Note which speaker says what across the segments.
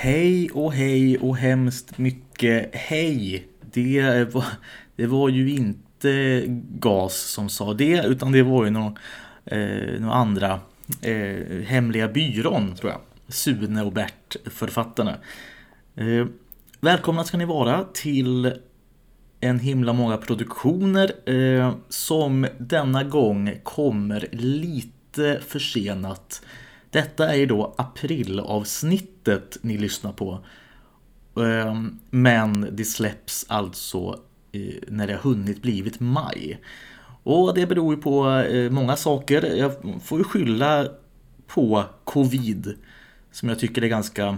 Speaker 1: Hej och hemskt mycket hej. Det var ju inte Gas som sa det, utan det var ju några andra hemliga byrån, tror jag. Sune och Bert, författarna. Välkomna ska ni vara till en himla många produktioner som denna gång kommer lite försenat. Detta är ju då aprilavsnittet ni lyssnar på. Men det släpps alltså när det har hunnit blivit maj. Och det beror ju på många saker. Jag får ju skylla på covid, som jag tycker är ganska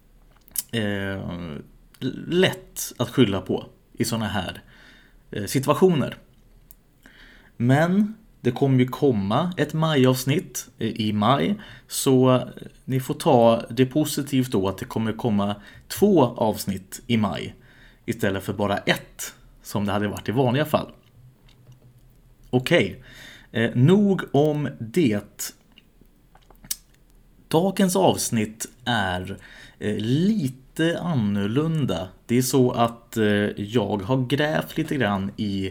Speaker 1: lätt att skylla på i såna här situationer. Men det kommer ju komma ett majavsnitt i maj, så ni får ta det positivt då att det kommer komma 2 avsnitt i maj istället för bara 1 som det hade varit i vanliga fall. Okej, nog om det. Dagens avsnitt är lite annorlunda. Det är så att jag har grävt lite grann i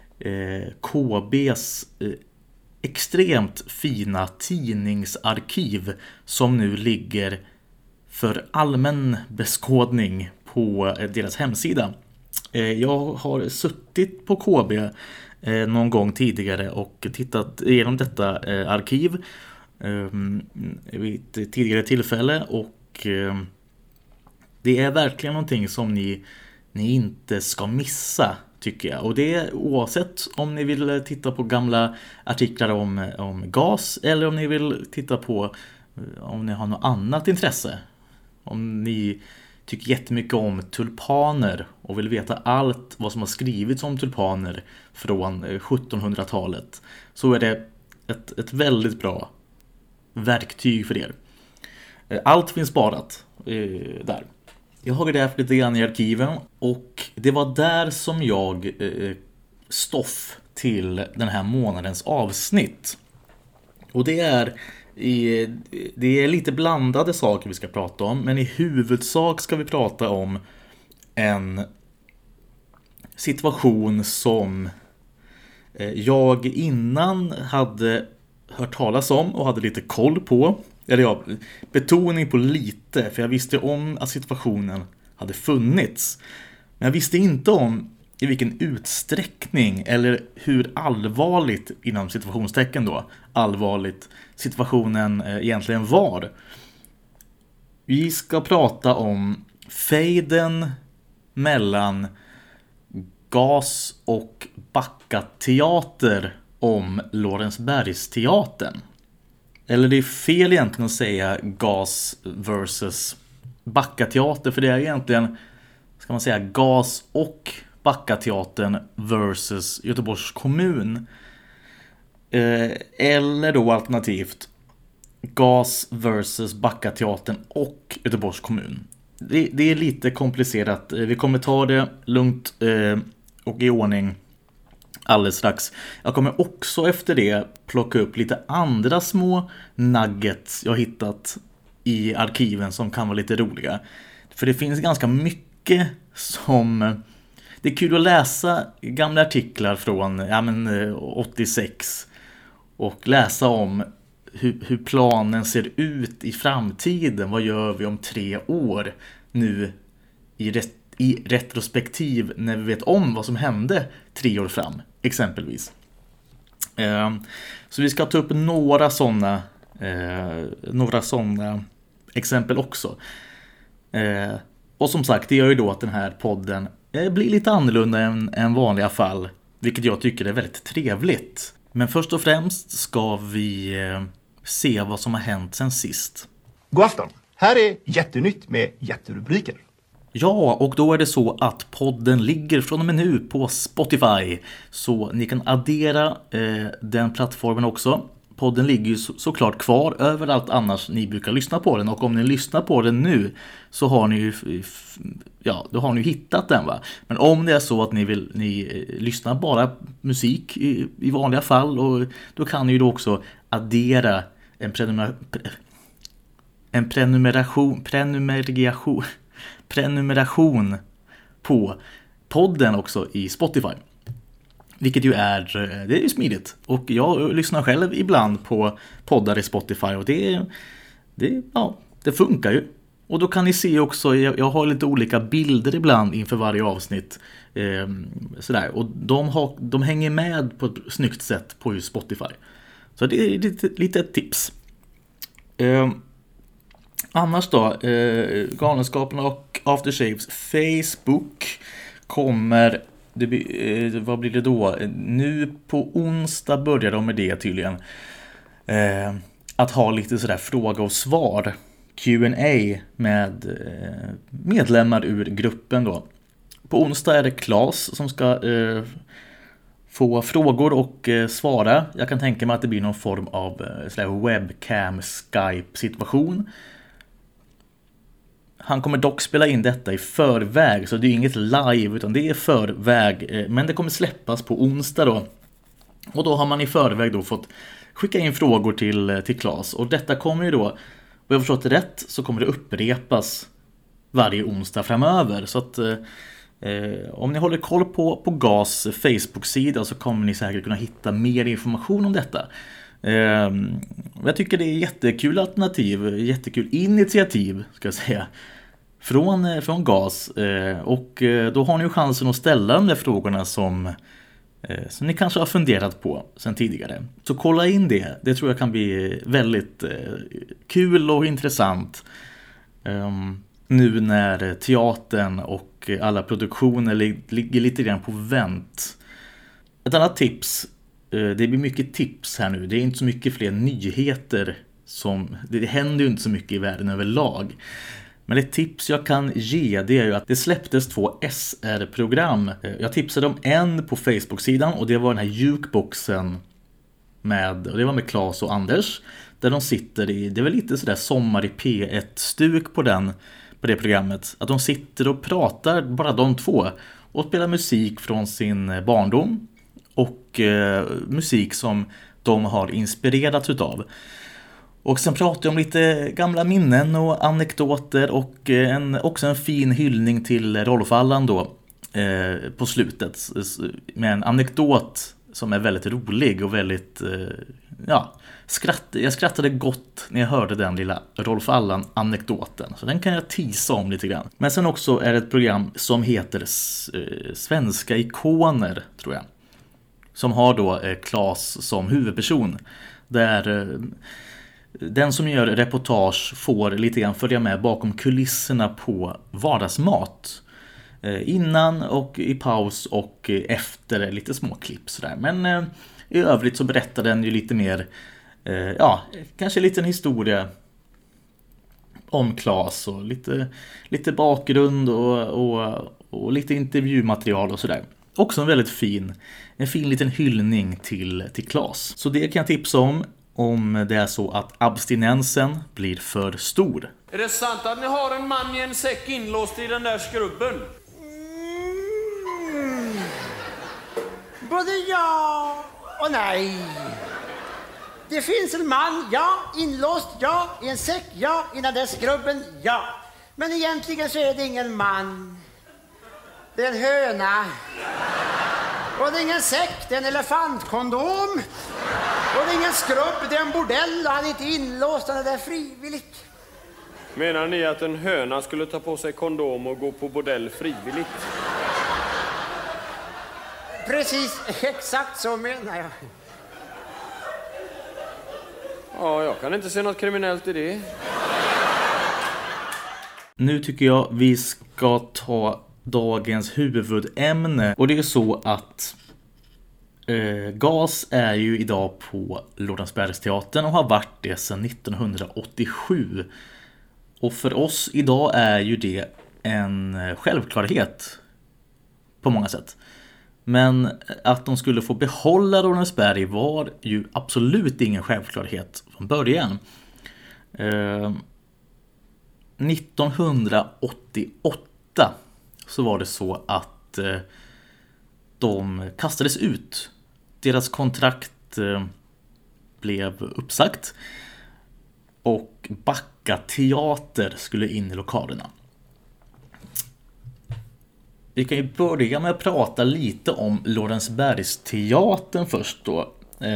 Speaker 1: KBs extremt fina tidningsarkiv som nu ligger för allmän beskådning på deras hemsida. Jag har suttit på KB någon gång tidigare och tittat igenom detta arkiv vid ett tidigare tillfälle, och det är verkligen någonting som ni inte ska missa, tycker jag. Och det är oavsett om ni vill titta på gamla artiklar om gas, eller om ni vill titta på om ni har något annat intresse. Om ni tycker jättemycket om tulpaner och vill veta allt vad som har skrivits om tulpaner från 1700-talet, så är det ett väldigt bra verktyg för er. Allt finns sparat där. Jag har grävt lite grann i arkiven, och det var där som jag stoff till den här månadens avsnitt. Och det är lite blandade saker vi ska prata om, men i huvudsak ska vi prata om en situation som jag innan hade hört talas om och hade lite koll på. Eller ja, betoning på lite, för jag visste om att situationen hade funnits. Men jag visste inte om i vilken utsträckning eller hur allvarligt, inom situationstecken då, allvarligt situationen egentligen var. Vi ska prata om fejden mellan Gas och Backateater om Lorensbergsteatern. Eller det är fel egentligen att säga Gas versus Backateater, för det är egentligen, ska man säga, Gas och Backateatern versus Göteborgs kommun. Eller då alternativt Gas versus Backateatern och Göteborgs kommun. Det är lite komplicerat. Vi kommer ta det lugnt och i ordning alldeles strax. Jag kommer också efter det plocka upp lite andra små nuggets jag hittat i arkiven som kan vara lite roliga. För det finns ganska mycket som... Det är kul att läsa gamla artiklar från 86 och läsa om hur planen ser ut i framtiden. Vad gör vi om 3 år nu i retrospektiv, när vi vet om vad som hände 3 år fram, exempelvis. Så vi ska ta upp några sådana exempel också. Och som sagt, det gör ju då att den här podden blir lite annorlunda än vanliga fall, vilket jag tycker är väldigt trevligt. Men först och främst ska vi se vad som har hänt sen sist.
Speaker 2: God afton! Här är Jättenytt med jätterubriker.
Speaker 1: Ja, och då är det så att podden ligger från och med nu på Spotify, så ni kan addera den plattformen också. Podden ligger ju såklart kvar överallt annars ni brukar lyssna på den, och om ni lyssnar på den nu så har ni ju då har ni hittat den, va. Men om det är så att ni lyssnar bara musik i vanliga fall, och då kan ni ju då också addera en en prenumeration på podden också i Spotify. Vilket ju det är ju smidigt. Och jag lyssnar själv ibland på poddar i Spotify och det funkar ju. Och då kan ni se också, jag har lite olika bilder ibland inför varje avsnitt. Sådär. Och de hänger med på ett snyggt sätt på just Spotify. Så det är lite ett tips. Annars då, Galenskaperna och Aftershaves Facebook kommer, vad blir det då? Nu på onsdag börjar de med det tydligen. Att ha lite sådär fråga och svar, Q&A med medlemmar ur gruppen då. På onsdag är det Claes som ska få frågor och svara. Jag kan tänka mig att det blir någon form av webcam Skype-situation. Han kommer dock spela in detta i förväg, så det är inget live utan det är förväg. Men det kommer släppas på onsdag då. Och då har man i förväg då fått skicka in frågor till Claes. Och detta kommer ju då, och jag har förstått det rätt, så kommer det upprepas varje onsdag framöver. Så att om ni håller koll på GAS Facebook-sida så kommer ni säkert kunna hitta mer information om detta. Jag tycker det är jättekul alternativ, jättekul initiativ ska jag säga, från GAS. Och då har ni ju chansen att ställa de där frågorna som ni kanske har funderat på sedan tidigare. Så kolla in det tror jag kan bli väldigt kul och intressant. Nu när teatern och alla produktioner ligger lite grann på vänt. Ett annat tips, det blir mycket tips här nu. Det är inte så mycket fler nyheter. Det händer ju inte så mycket i världen överlag. Men ett tips jag kan ge, det är ju att det släpptes 2 SR-program. Jag tipsade om en på Facebook-sidan och det var den här jukeboxen och det var med Claes och Anders. Där de sitter i, det är väl lite sådär sommar i P1-stuk på det programmet. Att de sitter och pratar, bara de två, och spelar musik från sin barndom. Och musik som de har inspirerats utav. Och sen pratar jag om lite gamla minnen och anekdoter och också en fin hyllning till Rolf Allan då på slutet. Med en anekdot som är väldigt rolig och väldigt, jag skrattade gott när jag hörde den lilla Rolf Allan-anekdoten. Så den kan jag tisa om lite grann. Men sen också är det ett program som heter Svenska ikoner, tror jag. Som har då Claes som huvudperson. Där den som gör reportage får lite grann följa med bakom kulisserna på vardagsmat. Innan och i paus och efter lite små klipp sådär. Men i övrigt så berättar den ju lite mer, kanske lite en historia om Claes och lite bakgrund och lite intervjumaterial och sådär. Också en väldigt fin liten hyllning till Claes. Så det kan jag tipsa om det är så att abstinensen blir för stor.
Speaker 3: Är det sant att ni har en man i en säck inlåst i den där skrubben?
Speaker 4: Både ja och nej. Det finns en man, ja, inlåst, ja, i en säck, ja, i den där skrubben, ja. Men egentligen så är det ingen man. Det är en höna. Och det är ingen säck, det är en elefantkondom. Och det är ingen skrubb, det är en bordell och han är inte inlåst, han är där frivilligt.
Speaker 3: Menar ni att en höna skulle ta på sig kondom och gå på bordell frivilligt?
Speaker 4: Precis, exakt så menar jag.
Speaker 3: Ja, jag kan inte se något kriminellt i det.
Speaker 1: Nu tycker jag vi ska ta dagens huvudämne. Och det är så att GAS är ju idag på Lorensbergsteatern och har varit det sedan 1987. Och för oss idag är ju det en självklarhet på många sätt. Men att de skulle få behålla Lorensberg var ju absolut ingen självklarhet från början. 1988 så var det så att de kastades ut. Deras kontrakt blev uppsagt och Backa-teater skulle in i lokalerna. Vi kan ju börja med att prata lite om Lorensbergsteatern först då.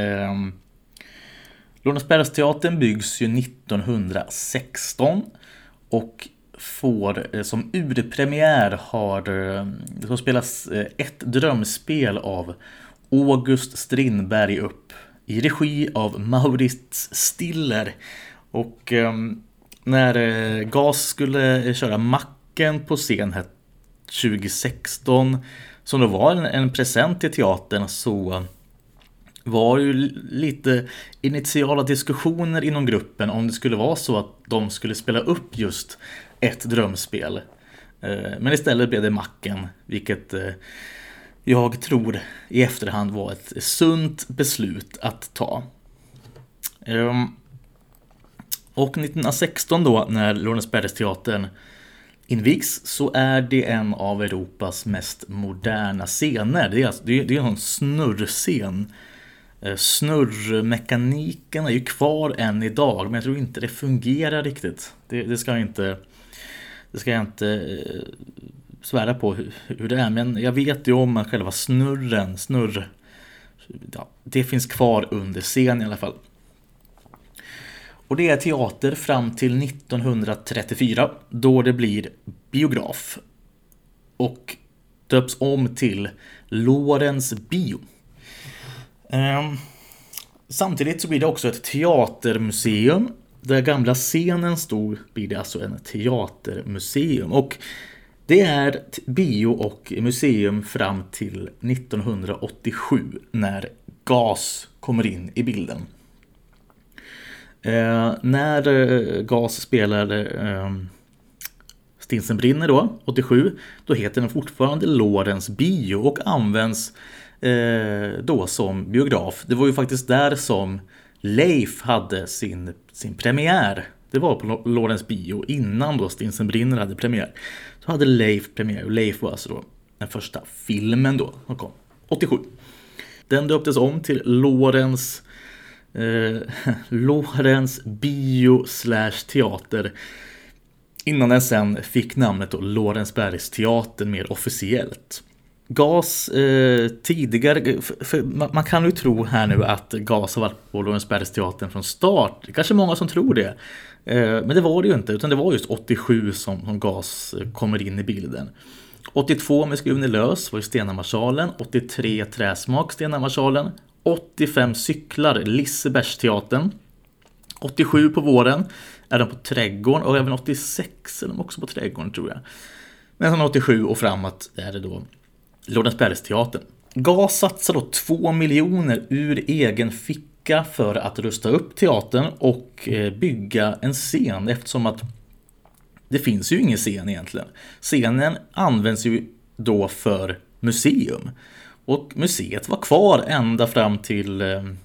Speaker 1: Lorensbergsteatern byggs ju 1916 och får som urpremiär så spelas ett drömspel av August Strindberg upp i regi av Maurits Stiller. Och när GAS skulle köra Macken på scen här 2016, som då var en present till teatern, så var ju lite initiala diskussioner inom gruppen om det skulle vara så att de skulle spela upp just ett drömspel. Men istället blev det Macken, vilket jag tror i efterhand var ett sunt beslut att ta. Och 1916 då, när Lorensbergsteatern invigs, så är det en av Europas mest moderna scener. Det är en snurrscen. Snurrmekaniken är ju kvar än idag, men jag tror inte det fungerar riktigt. Det ska jag inte svära på hur det är, men jag vet ju om att själva det finns kvar under scen i alla fall. Och det är teater fram till 1934, då det blir biograf och döps om till Lorens bio. Samtidigt så blir det också ett teatermuseum. Där gamla scenen stod blir det alltså en teatermuseum. Och det är bio och museum fram till 1987 när GAS kommer in i bilden. När GAS spelade Stinsen brinner då, 87, då heter den fortfarande Lorens bio och används då som biograf. Det var ju faktiskt där som Leif hade sin premiär. Det var på Lorens bio innan då Stinsen brinner hade premiär. Så hade Leif premiär, och Leif var alltså då den första filmen då som kom 87. Den döptes om till Lorens bio / teater innan den sen fick namnet då Lorensbergsteatern mer officiellt. GAS tidigare, för man kan ju tro här nu att GAS har varit på Lorensbergsteatern från start. Det är kanske många som tror det. Men det var det ju inte, utan det var just 87 som GAS kommer in i bilden. 82 med Skruven är lös var ju Stenhammarsalen, 83 Träsmak Stenhammarsalen, 85 Cyklar Lisebergsteatern, 87 på våren är de på Trädgården och även 86 är de också på Trädgården tror jag. Men från 87 och framåt är det då Lorensbergsteatern. GAS satsar då 2 miljoner ur egen ficka för att rusta upp teatern och bygga en scen, eftersom att det finns ju ingen scen egentligen. Scenen används ju då för museum. Och museet var kvar ända fram till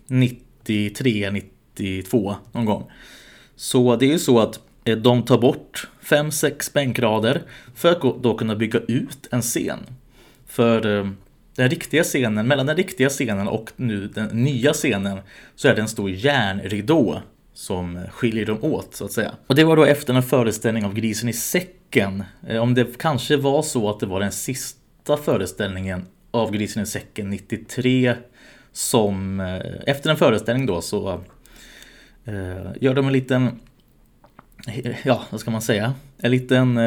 Speaker 1: 93-92 någon gång. Så det är ju så att de tar bort 5-6 bänkrader för att då kunna bygga ut en scen. För den riktiga scenen, mellan den riktiga scenen och nu den nya scenen, så är det en stor järnridå som skiljer dem åt så att säga. Och det var då efter en föreställning av Grisen i säcken. Om det kanske var så att det var den sista föreställningen av Grisen i säcken 93 som efter en föreställning då så gör de en liten, ja vad ska man säga, en liten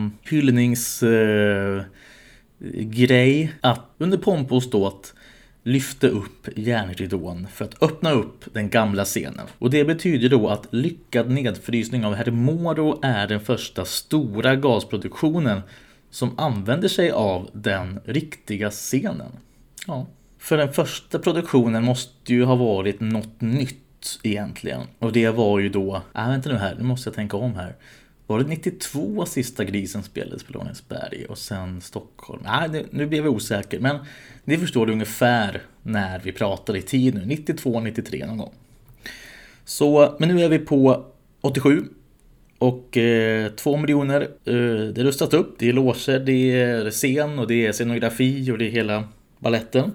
Speaker 1: hyllningsgrej att under pomp och ståt lyfte upp järnridån för att öppna upp den gamla scenen. Och det betyder då att Lyckad nedfrysning av Herr Moro är den första stora gasproduktionen som använder sig av den riktiga scenen. Ja. För den första produktionen måste ju ha varit något nytt egentligen. Och det var ju då, vänta nu här, nu måste jag tänka om här. Var det 92 sista Grisen spelades på Lorensberg och sen Stockholm? Nej, nu blev jag osäker. Men ni förstår det ungefär när vi pratar i tid nu. 92-93 någon gång. Så, men nu är vi på 87. Och 2 miljoner, det är rustat upp. Det är loger, det är scen och det är scenografi och det är hela balletten.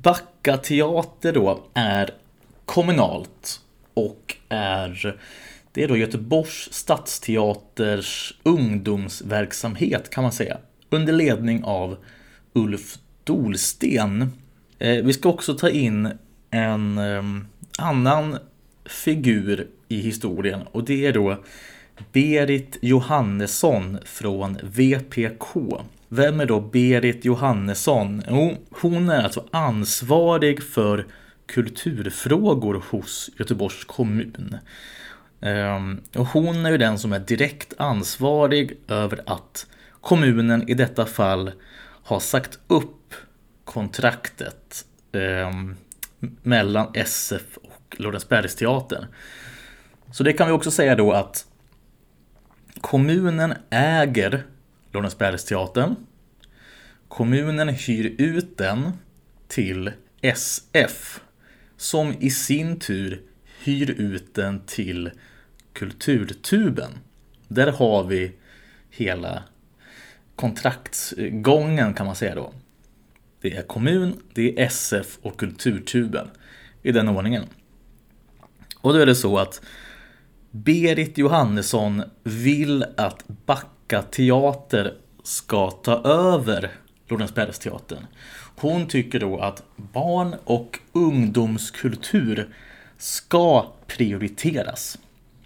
Speaker 1: Backa teater då är kommunalt och är Det är då Göteborgs stadsteaters ungdomsverksamhet kan man säga. Under ledning av Ulf Dolsten. Vi ska också ta in en annan figur i historien. Och det är då Berit Johannesson från VPK. Vem är då Berit Johannesson? Jo, hon är alltså ansvarig för kulturfrågor hos Göteborgs kommun. Och hon är ju den som är direkt ansvarig över att kommunen i detta fall har sagt upp kontraktet mellan SF och Lorensbergsteatern. Så det kan vi också säga då att kommunen äger Lorensbergsteatern. Kommunen hyr ut den till SF som i sin tur hyr ut den till Kulturtuben. Där har vi hela kontraktsgången kan man säga då. Det är kommun, det är SF och Kulturtuben i den ordningen. Och då är det så att Berit Johannesson vill att Backa teater ska ta över Lorensbergsteatern. Hon tycker då att barn- och ungdomskultur ska prioriteras.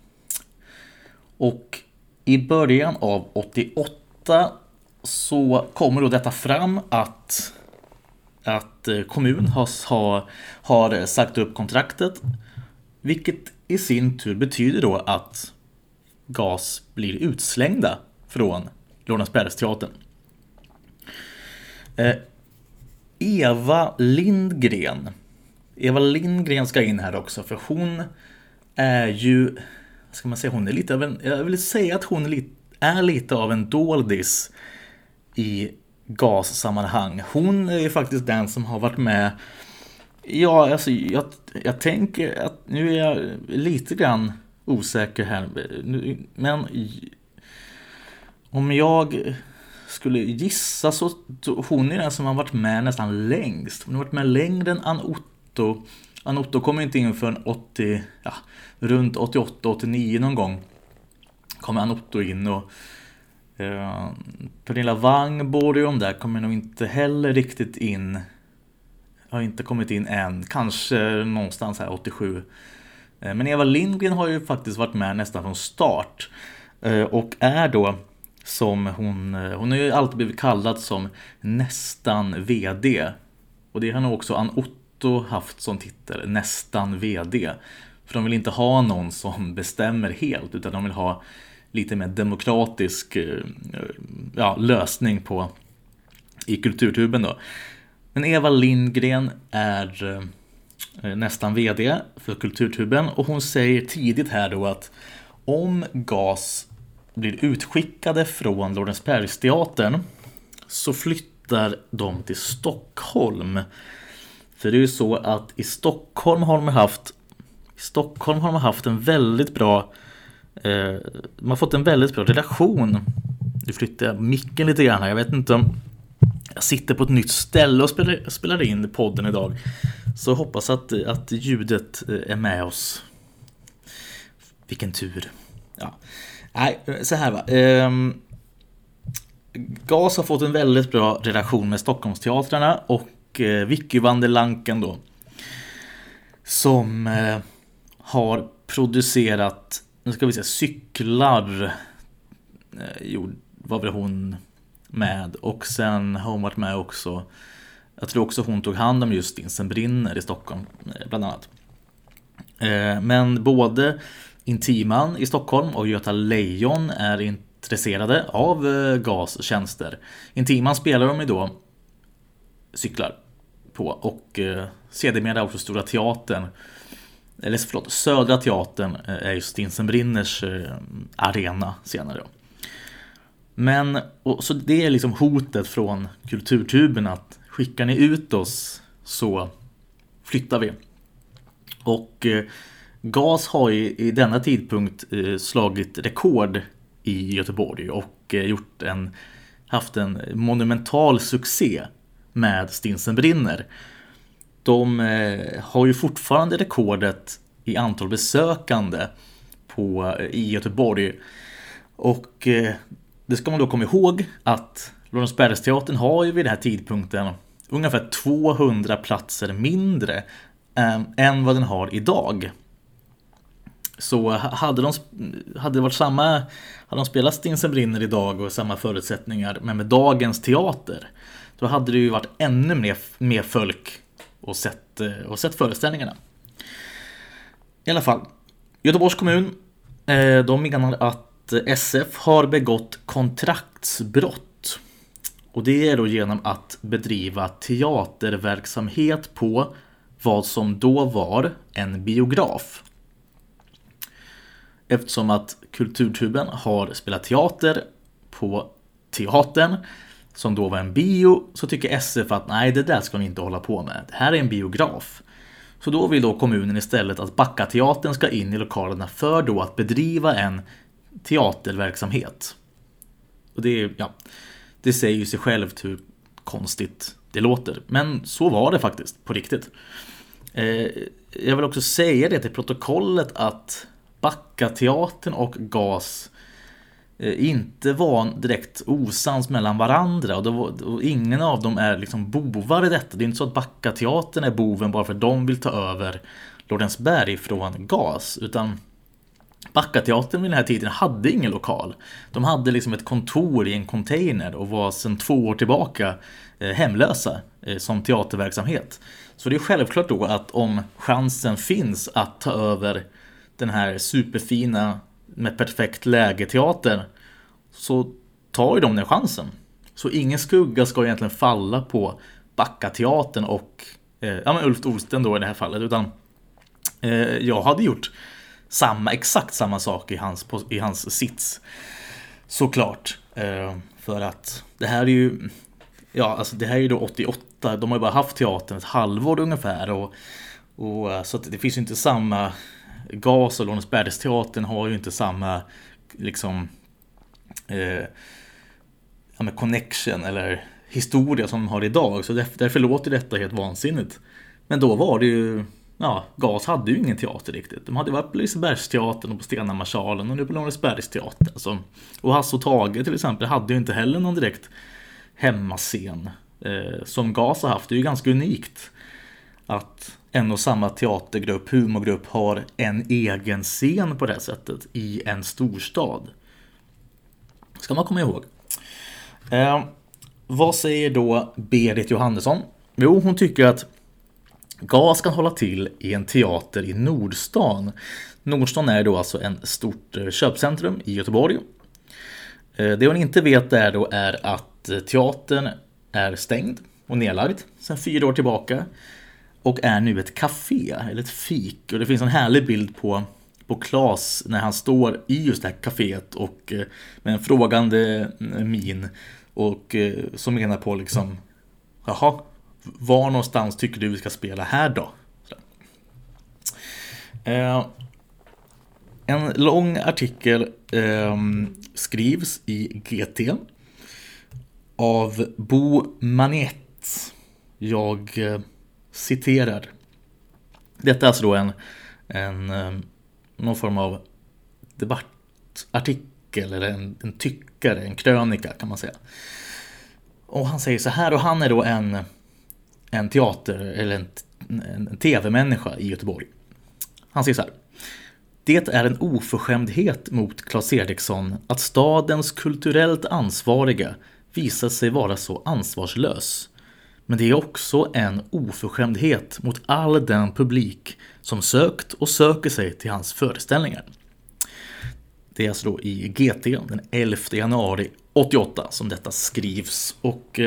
Speaker 1: Och i början av 88 så kommer då detta fram att kommun har sagt upp kontraktet, vilket i sin tur betyder då att GAS blir utslängda från Lorensbergsteatern. Eva Lindgren ska in här också, för hon är ju, ska man säga, hon är lite av en, jag vill säga att hon är lite av en doldis i GAS-sammanhang. Hon är ju faktiskt den som har varit med. Ja, alltså jag tänker att nu är jag lite grann osäker här, men om jag skulle gissa så hon är den som har varit med nästan längst. Hon har varit med längre än Ann Otto. Ann Otto kom inte in förrän runt 88-89 någon gång. Kommer Ann Otto in och Pernilla Wangborg där kommer nog inte heller riktigt in. Har inte kommit in än. Kanske någonstans här 87. Men Eva Lindgren har ju faktiskt varit med nästan från start. Och är då som hon har ju alltid blivit kallad som nästan vd. Och det har nog också Ann Otto haft som titel, nästan vd. För de vill inte ha någon som bestämmer helt, utan de vill ha lite mer demokratisk lösning på i Kulturtuben då. Men Eva Lindgren är nästan vd för Kulturtuben, och hon säger tidigt här då att om GAS blir utskickade från Lorensbergsteatern så flyttar de till Stockholm. För det är ju så att i Stockholm har de haft en väldigt bra man har fått en väldigt bra relation. Nu flyttar jag micken lite grann här. Jag vet inte om jag sitter på ett nytt ställe och spelar in podden idag. Så hoppas att ljudet är med oss. Vilken tur. Ja. Nej, så här va. GAS har fått en väldigt bra relation med Stockholmsteatrarna och Vicky van der Lanken då, som har producerat, nu ska vi säga, Cyklar. Var väl hon med, och sen har hon varit med också. Jag tror också hon tog hand om just Stinsen brinner i Stockholm bland annat. Men både Intiman i Stockholm och Göta Lejon är intresserade av GAS tjänster. Intiman spelar de ju då Cyklar på, och sedermera också Stora Teatern, eller förlåt, Södra Teatern är ju Stinsen brinners arena senare då. Men så det är liksom hotet från Kulturtuben, att skickar ni ut oss så flyttar vi. Och GAS har i denna tidpunkt slagit rekord i Göteborg och haft en monumental succé med Stinsen brinner. De har ju fortfarande rekordet i antal besökande i Göteborg. Och det ska man då komma ihåg att Lorensbergsteatern har ju vid den här tidpunkten ungefär 200 platser mindre än vad den har idag. Så hade de spelat Stinsen brinner idag och samma förutsättningar, men med dagens teater, då hade det ju varit ännu mer folk och sett föreställningarna. I alla fall, Göteborgs kommun, de menar att SF har begått kontraktsbrott. Och det är då genom att bedriva teaterverksamhet på vad som då var en biograf. Eftersom att Kulturtuben har spelat teater på teatern som då var en bio, så tycker SF att nej, det där ska ni inte hålla på med. Det här är en biograf. Så då vill då kommunen istället att Backateatern ska in i lokalerna för då att bedriva en teaterverksamhet. Och det säger ju sig självt hur konstigt det låter. Men så var det faktiskt på riktigt. Jag vill också säga det till protokollet att Backateatern och GAS inte var direkt osams mellan varandra, och ingen av dem är liksom bovar i detta. Det är inte så att Backateatern är boven bara för att de vill ta över Lorensberg från GAS, utan Backateatern vid den här tiden hade ingen lokal. De hade liksom ett kontor i en container och var sedan 2 år tillbaka hemlösa som teaterverksamhet. Så det är självklart då att om chansen finns att ta över den här superfina med perfekt läge-teatern, så tar ju de den chansen. Så ingen skugga ska egentligen falla på Backateatern och Ulf Olsten då i det här fallet, utan jag hade gjort exakt samma sak i hans sits. Såklart. För att det här är ju det här är ju då 88. De har ju bara haft teatern ett halvår ungefär, och så att det finns ju inte samma GAS och Lorensbergsteatern har ju inte samma liksom connection eller historia som de har idag, så därför låter detta helt vansinnigt. Men då var det ju GAS hade ju ingen teater riktigt. De hade varit på Lisebergsteatern och på Stenhammarsalen och nu på Lorensbergsteatern. Alltså. Och Hasse och Tage till exempel hade ju inte heller någon direkt hemmascen som GAS har haft. Det är ju ganska unikt att en och samma teatergrupp, humorgrupp, har en egen scen på det här sättet i en storstad. Ska man komma ihåg. Vad säger då Berit Johannesson? Jo, hon tycker att GAS kan hålla till i en teater i Nordstan. Nordstan är då alltså en stort köpcentrum i Göteborg. Det hon inte vet är att teatern är stängd och nedlagd sedan 4 år tillbaka och är nu ett café eller ett fik. Och det finns en härlig bild på Claes när han står i just det här caféet och med en frågande min och som menar på liksom, jaha, var någonstans tycker du vi ska spela här då? En lång artikel skrivs i GT av Bo Manet. Jag citerar. Detta är alltså då någon form av debattartikel eller en tyckare, en krönika kan man säga. Och han säger så här, och han är då en teater eller en tv-människa i Göteborg. Han säger så här: det är en oförskämdhet mot Claes Eriksson att stadens kulturellt ansvariga visar sig vara så ansvarslös. Men det är också en oförskämdhet mot all den publik som sökt och söker sig till hans föreställningar. Det är alltså då i GT den 11 januari 88 som detta skrivs. Och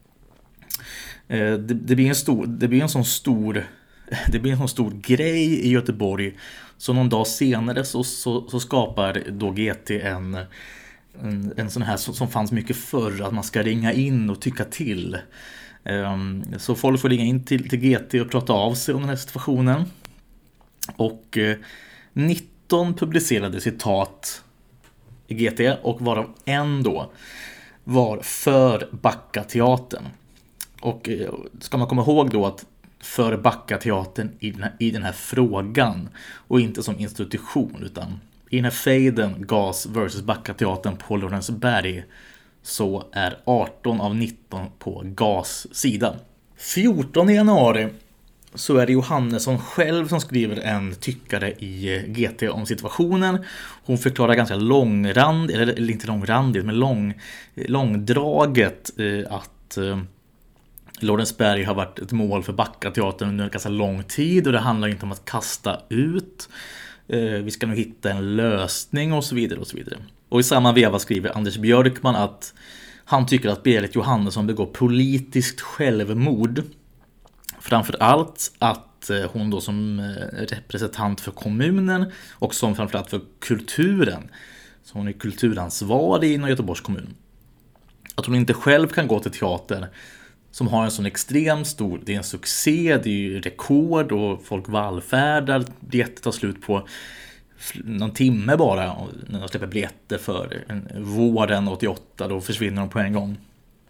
Speaker 1: det blir en sån stor grej i Göteborg, så någon dag senare så skapar då GT en sån här som fanns mycket förr, att man ska ringa in och tycka till. Så folk får ringa in till GT och prata av sig om den här situationen. Och 19 publicerade citat i GT, och varav en då var för Backateatern. Och ska man komma ihåg då att för Backateatern i den här frågan, och inte som institution utan I den här fejden Gas vs Backateatern på Lorensberg så är 18 av 19 på Gas sida. 14 januari så är det Johannesson själv som skriver en tyckare i GT om situationen. Hon förklarar ganska långrandigt, eller inte långrandigt, men långdraget att Lorensberg har varit ett mål för Backateatern under ganska lång tid och det handlar inte om att kasta ut. Vi ska nu hitta en lösning och så vidare och så vidare. Och i samma veva skriver Anders Björkman att han tycker att Berit Johannesson begår politiskt självmord. Framförallt att hon då som representant för kommunen och som framförallt för kulturen, så hon är kulturansvarig inom Göteborgs kommun, att hon inte själv kan gå till teater som har en sån extremt stor, det är en succé, det är ju rekord och folk vallfärdar, biljetter tar slut på någon timme bara när de släpper biljetter för våren 88, då försvinner de på en gång.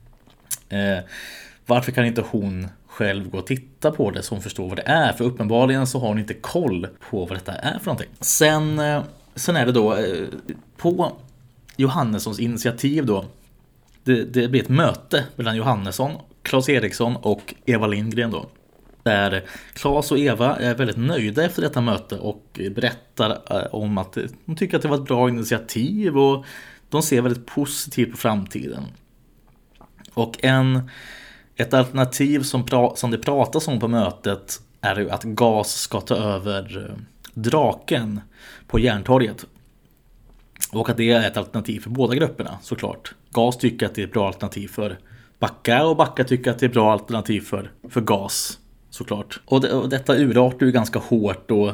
Speaker 1: Varför kan inte hon själv gå och titta på det så hon förstår vad det är? För uppenbarligen så har hon inte koll på vad detta är för någonting. Sen är det då på Johannessons initiativ då, det blir ett möte mellan Johannesson, Claes Eriksson och Eva Lindgren då. Där Claes och Eva är väldigt nöjda efter detta möte och berättar om att de tycker att det var ett bra initiativ och de ser väldigt positivt på framtiden. Och ett alternativ som det pratas om på mötet är ju att Gas ska ta över Draken på Järntorget. Och att det är ett alternativ för båda grupperna såklart. Gas tycker att det är ett bra alternativ för Backa och Backa tycker att det är ett bra alternativ för Gas såklart. Och detta urartar ju ganska hårt och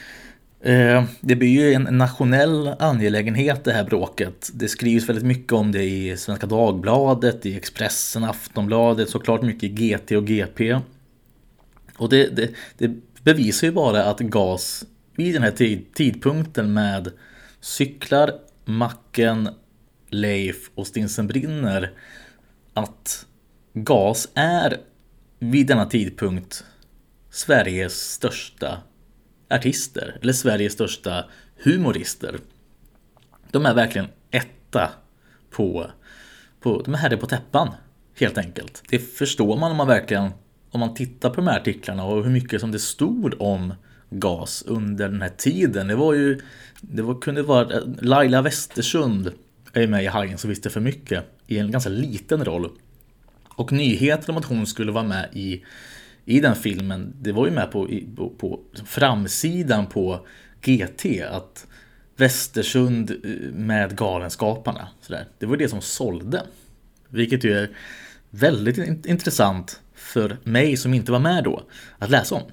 Speaker 1: det blir ju en nationell angelägenhet det här bråket. Det skrivs väldigt mycket om det i Svenska Dagbladet, i Expressen, Aftonbladet, såklart mycket i GT och GP. Och det bevisar ju bara att Gas vid den här tidpunkten med Cyklar, Macken, Leif och Stinsen brinner, att Gas är vid denna tidpunkt Sveriges största artister, eller Sveriges största humorister. De är verkligen etta på de är herre på täppan, helt enkelt. Det förstår man om man tittar på de här artiklarna och hur mycket som det stod om Gas under den här tiden. Kunde vara Laila Westersund är med i Hajen så visste för mycket i en ganska liten roll. Och nyheten om att hon skulle vara med i den filmen, det var ju med på framsidan på GT att Westersund med Galenskaparna. Sådär. Det var det som sålde. Vilket ju är väldigt intressant för mig som inte var med då att läsa om.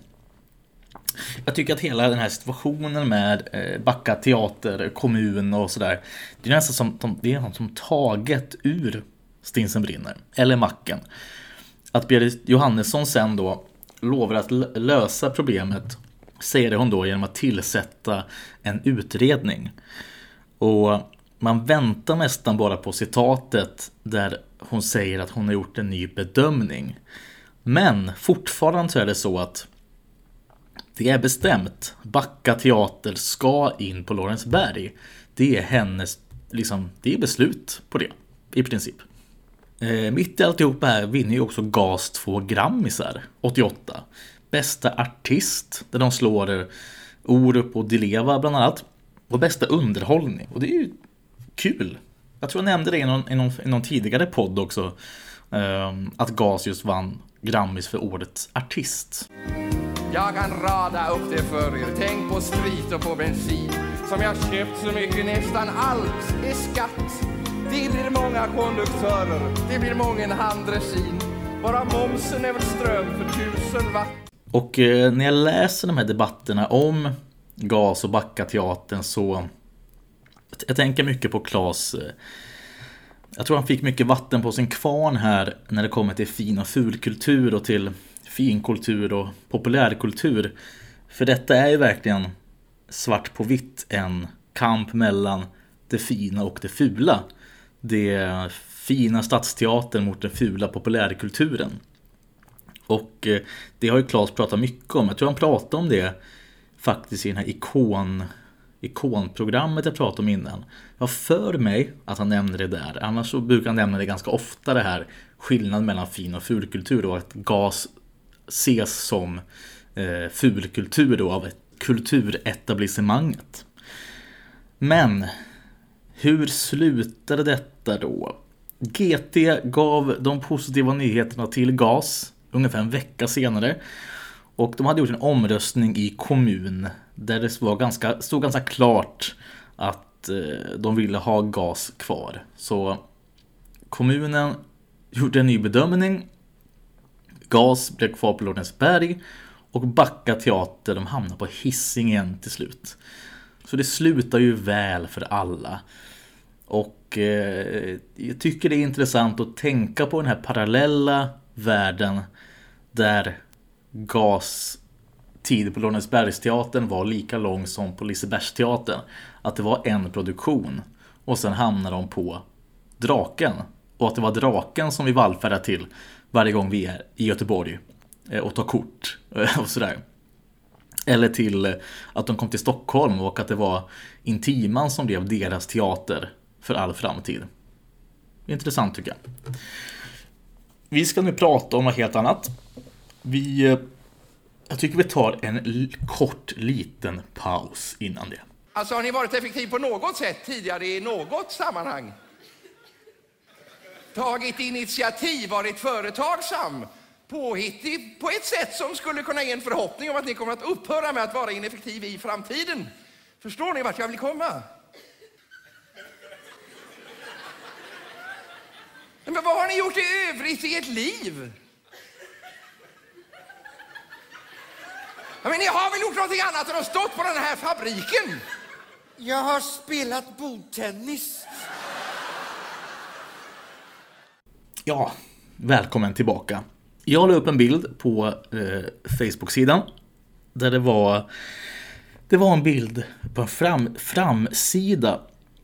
Speaker 1: Jag tycker att hela den här situationen med Backa teater, kommun och sådär, det är nästan som taget ur Stinsen brinner eller Macken. Att Berit Johannesson sen då lovar att lösa problemet, säger hon då genom att tillsätta en utredning. Och man väntar nästan bara på citatet där hon säger att hon har gjort en ny bedömning. Men fortfarande så är det så att det är bestämt. Backa teater ska in på Lorensberg. Det är hennes, det är beslut på det, i princip. Mitt i alltihop här vinner ju också Gas 2 Grammisar 88. Bästa artist, där de slår Orup och Dileva bland annat. Och bästa underhållning. Och det är ju kul. Jag tror jag nämnde det i någon tidigare podd också. Att Gas just vann Grammis för årets artist.
Speaker 5: Jag kan rada upp det för er. Tänk på sprit och på bensin. Som jag köpt så mycket, nästan allt är skatt. Det blir många konduktörer, det blir mången handresin. Bara momsen är väl ström för 1000 watt.
Speaker 1: Och när jag läser de här debatterna om Gas och Backa teatern så jag tänker mycket på Claes. Jag tror han fick mycket vatten på sin kvarn här när det kommer till fin och fulkultur och till finkultur och populärkultur. För detta är ju verkligen svart på vitt en kamp mellan det fina och det fula. Det fina stadsteatern mot den fula populärkulturen. Och det har ju Claes pratat mycket om. Jag tror han pratade om det faktiskt i den här ikonprogrammet jag pratade om innan. Jag har för mig att han nämner det där. Annars så brukar han nämna det ganska ofta, det här skillnaden mellan fin och fulkultur, och att gas ses som fulkultur då av kulturetablissemanget. Men hur slutade detta då? GT gav de positiva nyheterna till gas ungefär en vecka senare. Och de hade gjort en omröstning i kommun där det stod ganska klart att de ville ha gas kvar. Så kommunen gjorde en ny bedömning. Gas blev kvar på Lorensberg och Backa teater, de hamnade på Hisingen till slut. Så det slutar ju väl för alla. Och jag tycker det är intressant att tänka på den här parallella världen där gastid på Lorensbergsteatern var lika lång som på Lisebergsteatern. Att det var en produktion och sen hamnade de på Draken. Och att det var Draken som vi vallfärdade till varje gång vi är i Göteborg och tar kort och sådär. Eller till att de kom till Stockholm och att det var Intiman som blev deras teater för all framtid. Intressant tycker jag. Vi ska nu prata om något helt annat. Jag tycker vi tar en kort liten paus innan det.
Speaker 5: Alltså, har ni varit effektiv på något sätt tidigare i något sammanhang? Tagit initiativ, varit företagsam, påhittig på ett sätt som skulle kunna ge en förhoppning om att ni kommer att upphöra med att vara ineffektiv i framtiden. Förstår ni vart jag vill komma? Men vad har ni gjort i övrigt i ert liv? Men ni har väl gjort någonting annat än att stått på den här fabriken?
Speaker 4: Jag har spelat bordtennis.
Speaker 1: Ja, välkommen tillbaka. Jag la upp en bild på Facebook-sidan där det var en bild på en framsida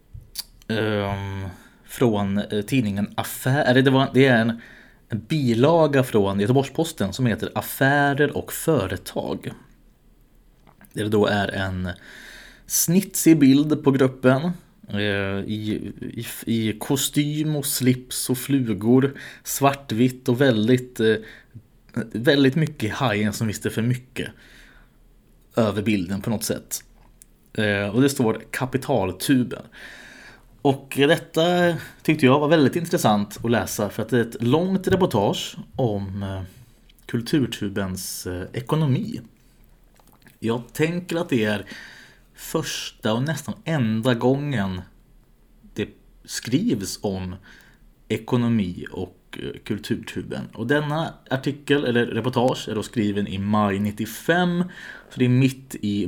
Speaker 1: från tidningen Affär. Det är en bilaga från Göteborgs-Posten som heter Affärer och företag. Där det då är en snitsig bild på gruppen i kostym och slips och flugor, svartvitt och väldigt mycket hajen som visste för mycket över bilden på något sätt. Och det står kapitaltuben. Och detta tyckte jag var väldigt intressant att läsa för att det är ett långt reportage om Kulturtubens ekonomi. Jag tänker att det är första och nästan enda gången det skrivs om ekonomi och Kulturtuben. Och denna artikel eller reportage är då skriven i maj 95, så det är mitt i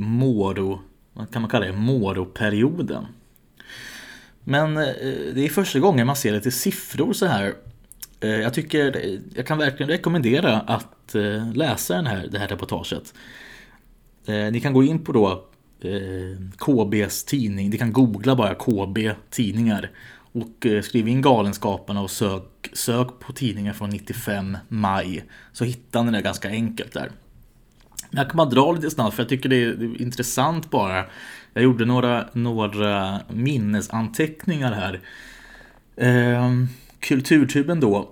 Speaker 1: Moro-perioden. Men det är första gången man ser lite siffror så här. Jag kan verkligen rekommendera att läsa det här reportaget. Ni kan gå in på då KBs tidning. Ni kan googla bara KB tidningar och skriv in Galenskaparna och sök på tidningar från 95 maj, så hittar ni det ganska enkelt där. Jag kan bara dra lite snabbt för jag tycker det är intressant bara. Jag gjorde några minnesanteckningar här. Kulturtuben då.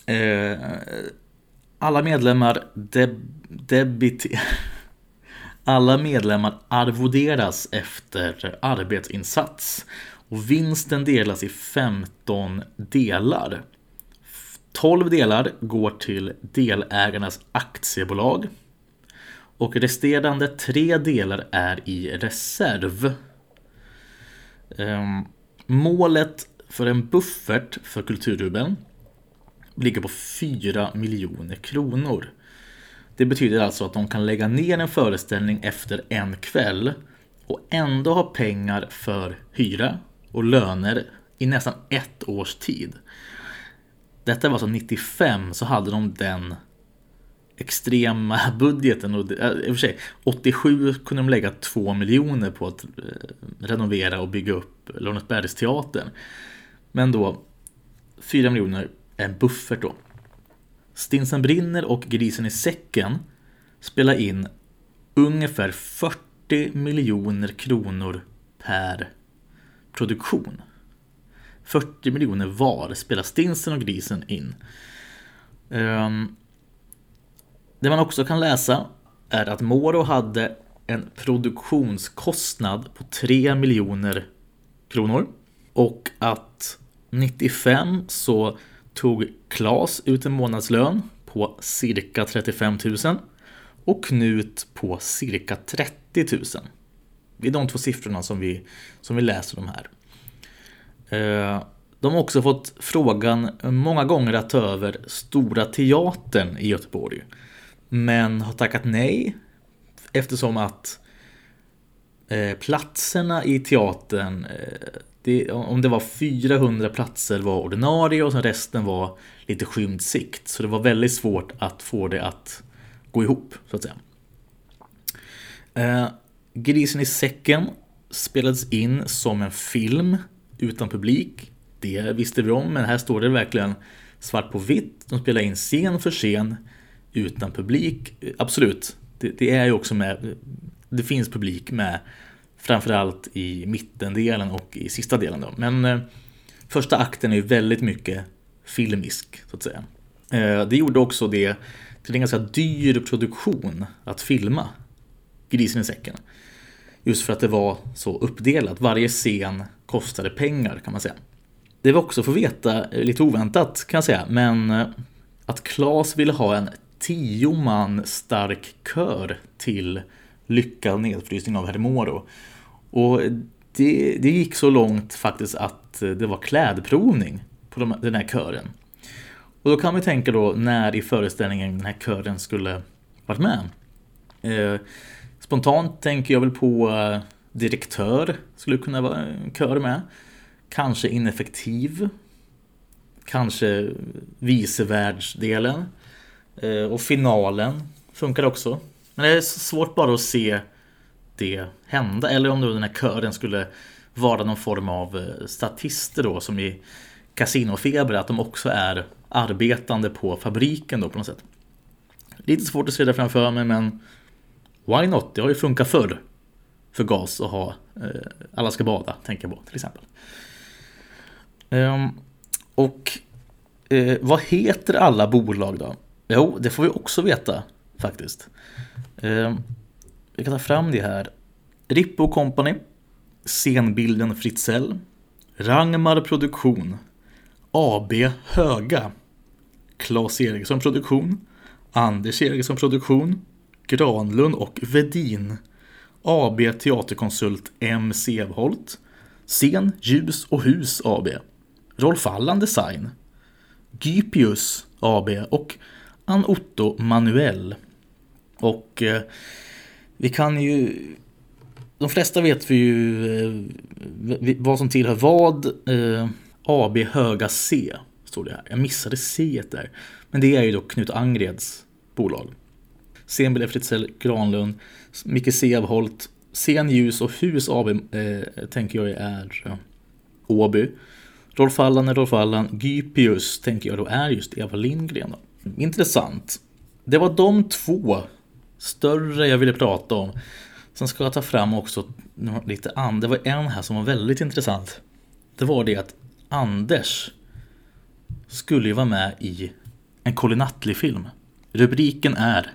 Speaker 1: Alla medlemmar alla medlemmar arvoderas efter arbetsinsats. Och vinsten delas i 15 delar. 12 delar går till delägarnas aktiebolag. Och resterande 3 delar är i reserv. Målet för en buffert för Kulturtuben ligger på 4 miljoner kronor. Det betyder alltså att de kan lägga ner en föreställning efter en kväll och ändå ha pengar för hyra och löner i nästan 1 års tid. Detta var alltså 95, så hade de den extrema budgeten, och i och för sig 87 kunde de lägga 2 miljoner på att renovera och bygga upp Lorensbergsteatern. Men då 4 miljoner är en buffert då. Stinsen brinner och Grisen i säcken spelar in ungefär 40 miljoner kronor per produktion. 40 miljoner var spelar Stinsen och grisen in. Det man också kan läsa är att Moro hade en produktionskostnad på 3 miljoner kronor. Och att 95 så tog Claes ut en månadslön på cirka 35 000 och Knut på cirka 30 000. Det är de två siffrorna som vi läser de här. De har också fått frågan många gånger att ta över Stora Teatern i Göteborg. Men har tackat nej eftersom att platserna i teatern, om det var 400 platser var ordinarie och sen resten var lite skymd sikt. Så det var väldigt svårt att få det att gå ihop, så att säga. Grisen i säcken spelades in som en film utan publik. Det visste vi om, men här står det verkligen svart på vitt. De spelar in scen för scen utan publik. Absolut, det är ju också med. Det finns publik med, framförallt i mittendelen och i sista delen då. Men första akten är ju väldigt mycket filmisk, så att säga. Det gjorde också det till en ganska dyr produktion att filma Grisen i säcken. Just för att det var så uppdelat. Varje scen kostade pengar, kan man säga. Det var också för att veta, lite oväntat kan jag säga, men att Claes ville ha en 10 man stark kör till lyckad nedfrysning av Herr Moro. Och det gick så långt faktiskt att det var klädprovning på den här kören. Och då kan vi tänka då när i föreställningen den här kören skulle varit med. Spontant tänker jag väl på direktör skulle kunna vara en kör med. Kanske ineffektiv. Kanske vicevärldsdelen. Och finalen funkar också. Men det är svårt bara att se det hända. Eller om då den här kören skulle vara någon form av statister då, som i Casinofeber, att de också är arbetande på fabriken då på något sätt. Lite svårt att se det framför mig, men why not? Det har ju funkat förr för gas att ha Alla ska bada, tänker jag på till exempel. Vad heter alla bolag då? Jo, det får vi också veta faktiskt. Vi kan ta fram det här. Rippo Company, Scenbilden Fritzell, Rangmar Produktion, AB Höga, Claes Eriksson Produktion, Anders Eriksson Produktion, Granlund och Vedin, AB Teaterkonsult M. Sevholt, Scen, Ljus och Hus AB, Rolf Allan Design, Gypius AB och Ann Otto Manuel. Och vi kan ju, de flesta vet vi ju vad som tillhör vad. AB Höga C står det här. Jag missade C där. Men det är ju då Knut Angreds bolag. Scenbilden Fritzell, Granlund, Micke Sevholt, Scen, Ljus och Hus AB tänker jag är Åby. Rolf Allan, Gypius tänker jag då är just Eva Lindgren då. Intressant. Det var de två större jag ville prata om. Sen ska jag ta fram också lite annat. Det var en här som var väldigt intressant. Det var det att Anders skulle ju vara med i en Colin Nutley-film. Rubriken är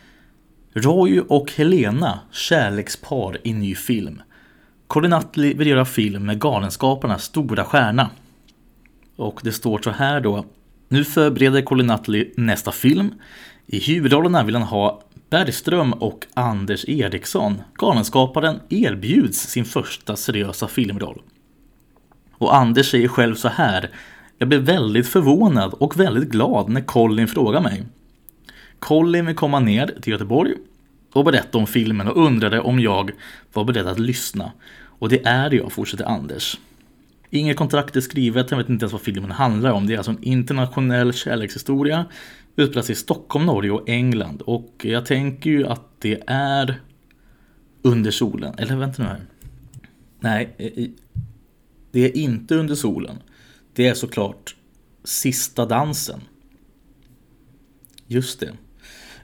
Speaker 1: Roy och Helena, kärlekspar i ny film. Colin Nutley vill göra film med Galenskaparnas stora stjärna. Och det står så här då. Nu förbereder Colin Nutley nästa film. I huvudrollerna vill han ha Bergström och Anders Eriksson. Galenskaparen erbjuds sin första seriösa filmroll. Och Anders säger själv så här: jag blev väldigt förvånad och väldigt glad när Colin frågar mig. Colin vill komma ner till Göteborg och berätta om filmen och undrade om jag var beredd att lyssna. Och det är jag, fortsätter Anders. Inget kontrakt är skrivet, jag vet inte ens vad filmen handlar om. Det är alltså en internationell kärlekshistoria utplats i Stockholm, Norge och England. Och jag tänker ju att det är Under solen. Eller vänta nu här. Nej, det är inte Under solen. Det är såklart Sista dansen. Just det.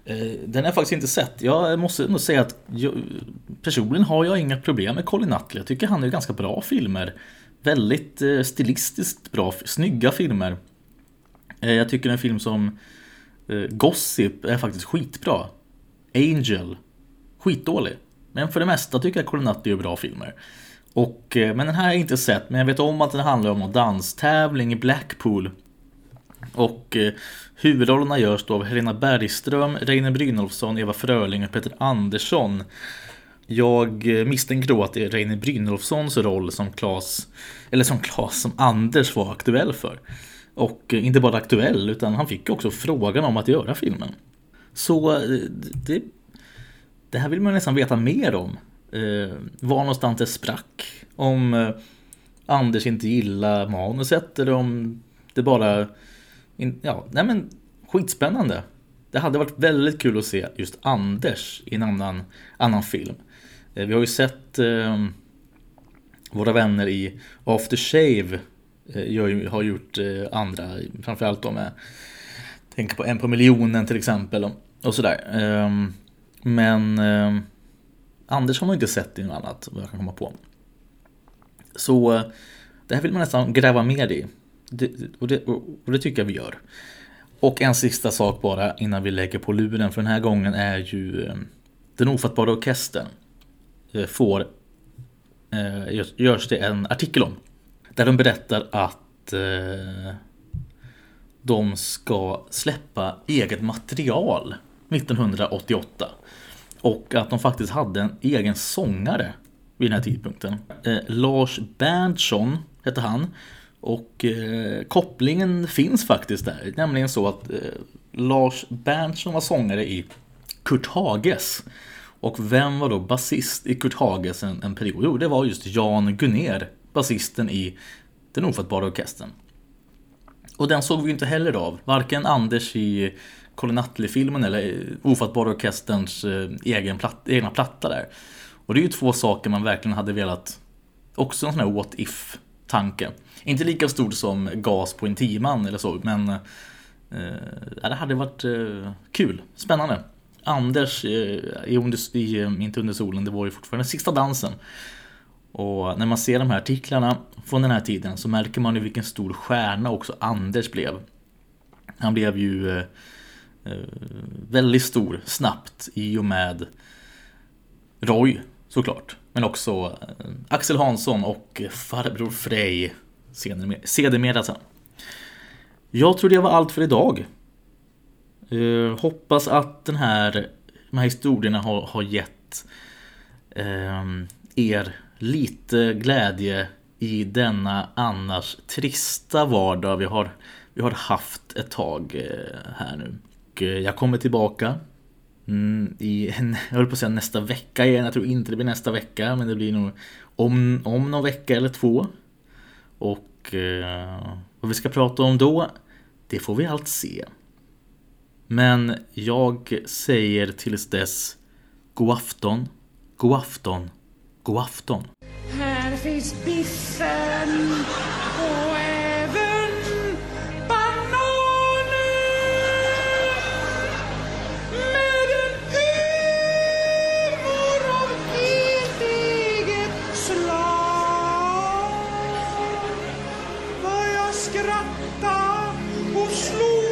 Speaker 1: Den har jag faktiskt inte sett. Jag måste nog säga att personligen har jag inga problem med Colin Nutley. Jag tycker han är ganska bra filmer. Väldigt stilistiskt bra, snygga filmer. Jag tycker en film som Gossip är faktiskt skitbra. Angel, skitdålig. Men för det mesta tycker jag Colin Nutley gör bra filmer. Men den här har jag inte sett. Men jag vet om att den handlar om en danstävling i Blackpool. Och huvudrollerna görs då av Helena Bergström, Reine Brynolfsson, Eva Fröling och Peter Andersson. Jag misstänker då att det är Reine Brynolfssons roll som som Anders var aktuell för. Och inte bara aktuell, utan han fick också frågan om att göra filmen. Så det här vill man nästan veta mer om. Var någonstans det sprack. Om Anders inte gillar manuset eller om det bara... skitspännande. Det hade varit väldigt kul att se just Anders i en annan film. Vi har ju sett våra vänner i After Shave har gjort andra, framförallt då med, tänker på 1 på miljonen till exempel och sådär. Men Anders har man inte sett i något annat vad jag kan komma på. Så det här vill man nästan gräva mer i. Och det tycker jag vi gör. Och en sista sak bara innan vi lägger på luren för den här gången är ju Den ofattbara orkestern görs det en artikel om. Där de berättar att de ska släppa eget material 1988. Och att de faktiskt hade en egen sångare vid den här tidpunkten. Lars Berntsson hette han. Och kopplingen finns faktiskt där. Nämligen så att Lars Berntsson var sångare i Kurt Hages. Och vem var då basist i Kurt Hages en period? Jo, det var just Jan Gunner, basisten i Den ofattbara orkestern. Och den såg vi inte heller av. Varken Anders i Colin Nutley-filmen eller Ofattbara orkesterns egna platta där. Och det är ju 2 saker man verkligen hade velat... Också en sån här what if-tanke. Inte lika stor som Gas på Intiman eller så, men det hade varit kul, spännande. Anders inte under solen, det var ju fortfarande Sista dansen. Och när man ser de här artiklarna från den här tiden så märker man ju vilken stor stjärna också Anders blev. Han blev ju väldigt stor snabbt i och med Roy såklart. Men också Axel Hansson och farbror Frej sedermera sen. Jag tror det var allt för idag. Hoppas att de här historierna har gett er lite glädje i denna annars trista vardag vi har haft ett tag här nu. Och jag kommer tillbaka jag höll på att säga nästa vecka igen. Jag tror inte det blir nästa vecka, men det blir nog om någon vecka eller 2. Och vad vi ska prata om då, det får vi allt se. Men jag säger tills dess god afton, god afton, god afton.
Speaker 6: Här finns biffen och även bananer med en humor av helt eget slag. Vad jag skrattar och slår